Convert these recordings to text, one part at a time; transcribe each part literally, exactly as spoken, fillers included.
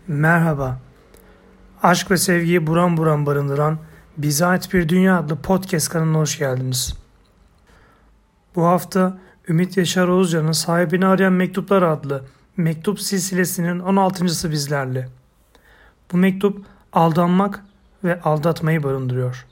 Merhaba. Aşk ve sevgiyi buram buram barındıran Bize Ait Bir Dünya adlı podcast kanalına hoş geldiniz. Bu hafta Ümit Yaşar Oğuzcan'ın Sahibini Arayan Mektuplar adlı mektup silsilesinin on altıncısı bizlerle. Bu mektup aldanmak ve aldatmayı barındırıyor.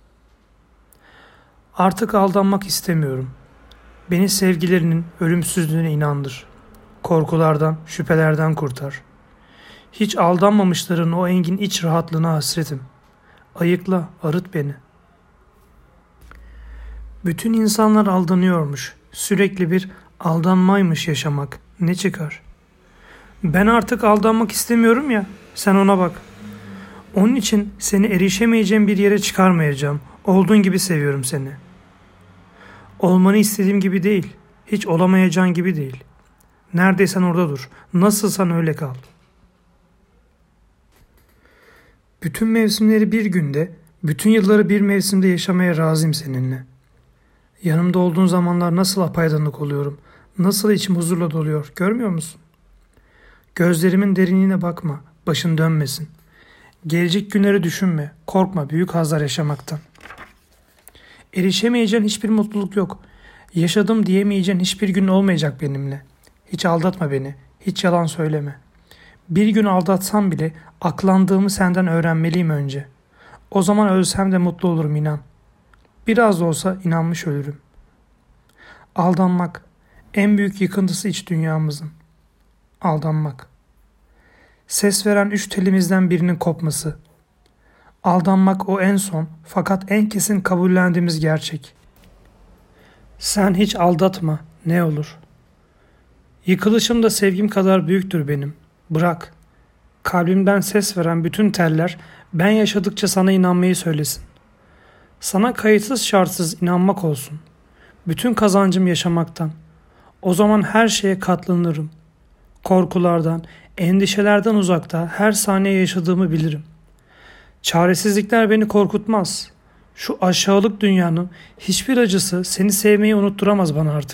Artık aldanmak istemiyorum. Beni sevgilerinin ölümsüzlüğüne inandır. Korkulardan, şüphelerden kurtar. Hiç aldanmamışların o engin iç rahatlığına hasretim. Ayıkla, arıt beni. Bütün insanlar aldanıyormuş. Sürekli bir aldanmaymış yaşamak. Ne çıkar? Ben artık aldanmak istemiyorum ya. Sen ona bak. Onun için seni erişemeyeceğim bir yere çıkarmayacağım. Olduğun gibi seviyorum seni. Olmanı istediğim gibi değil. Hiç olamayacağın gibi değil. Neredeysen orada dur. Nasılsan öyle kal. Bütün mevsimleri bir günde, bütün yılları bir mevsimde yaşamaya razıyım seninle. Yanımda olduğun zamanlar nasıl apaydınlık oluyorum, nasıl içim huzurla doluyor, görmüyor musun? Gözlerimin derinliğine bakma, başın dönmesin. Gelecek günleri düşünme, korkma büyük hazlar yaşamaktan. Erişemeyeceğin hiçbir mutluluk yok. Yaşadım diyemeyeceğin hiçbir gün olmayacak benimle. Hiç aldatma beni, hiç yalan söyleme. Bir gün aldatsam bile aklandığımı senden öğrenmeliyim önce. O zaman ölsem de mutlu olurum inan. Biraz da olsa inanmış ölürüm. Aldanmak en büyük yıkıntısı iç dünyamızın. Aldanmak. Ses veren üç telimizden birinin kopması. Aldanmak o en son fakat en kesin kabullendiğimiz gerçek. Sen hiç aldatma ne olur. Yıkılışım da sevgim kadar büyüktür benim. Bırak. Kalbimden ses veren bütün teller ben yaşadıkça sana inanmayı söylesin. Sana kayıtsız şartsız inanmak olsun. Bütün kazancım yaşamaktan. O zaman her şeye katlanırım. Korkulardan, endişelerden uzakta her saniye yaşadığımı bilirim. Çaresizlikler beni korkutmaz. Şu aşağılık dünyanın hiçbir acısı seni sevmeyi unutturamaz bana artık.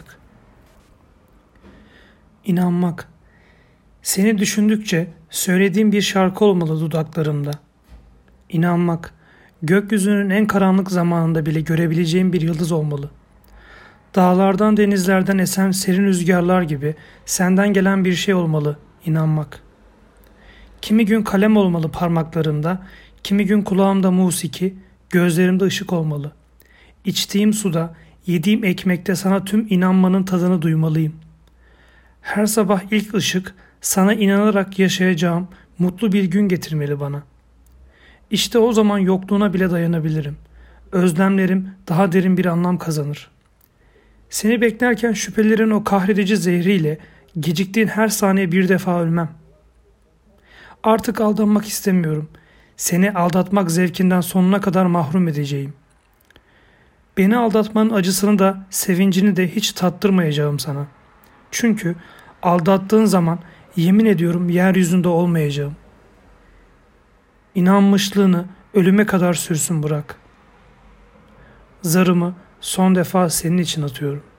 İnanmak. Seni düşündükçe söylediğim bir şarkı olmalı dudaklarımda. İnanmak, gökyüzünün en karanlık zamanında bile görebileceğim bir yıldız olmalı. Dağlardan denizlerden esen serin rüzgarlar gibi senden gelen bir şey olmalı, inanmak. Kimi gün kalem olmalı parmaklarımda, kimi gün kulağımda musiki, gözlerimde ışık olmalı. İçtiğim suda, yediğim ekmekte sana tüm inanmanın tadını duymalıyım. Her sabah ilk ışık, sana inanarak yaşayacağım mutlu bir gün getirmeli bana. İşte o zaman yokluğuna bile dayanabilirim. Özlemlerim daha derin bir anlam kazanır. Seni beklerken şüphelerin o kahredici zehriyle geciktiğin her saniye bir defa ölmem. Artık aldanmak istemiyorum. Seni aldatmak zevkinden sonuna kadar mahrum edeceğim. Beni aldatmanın acısını da sevincini de hiç tattırmayacağım sana. Çünkü aldattığın zaman yemin ediyorum yeryüzünde olmayacağım. İnanmışlığını ölüme kadar sürsün bırak. Zarımı son defa senin için atıyorum.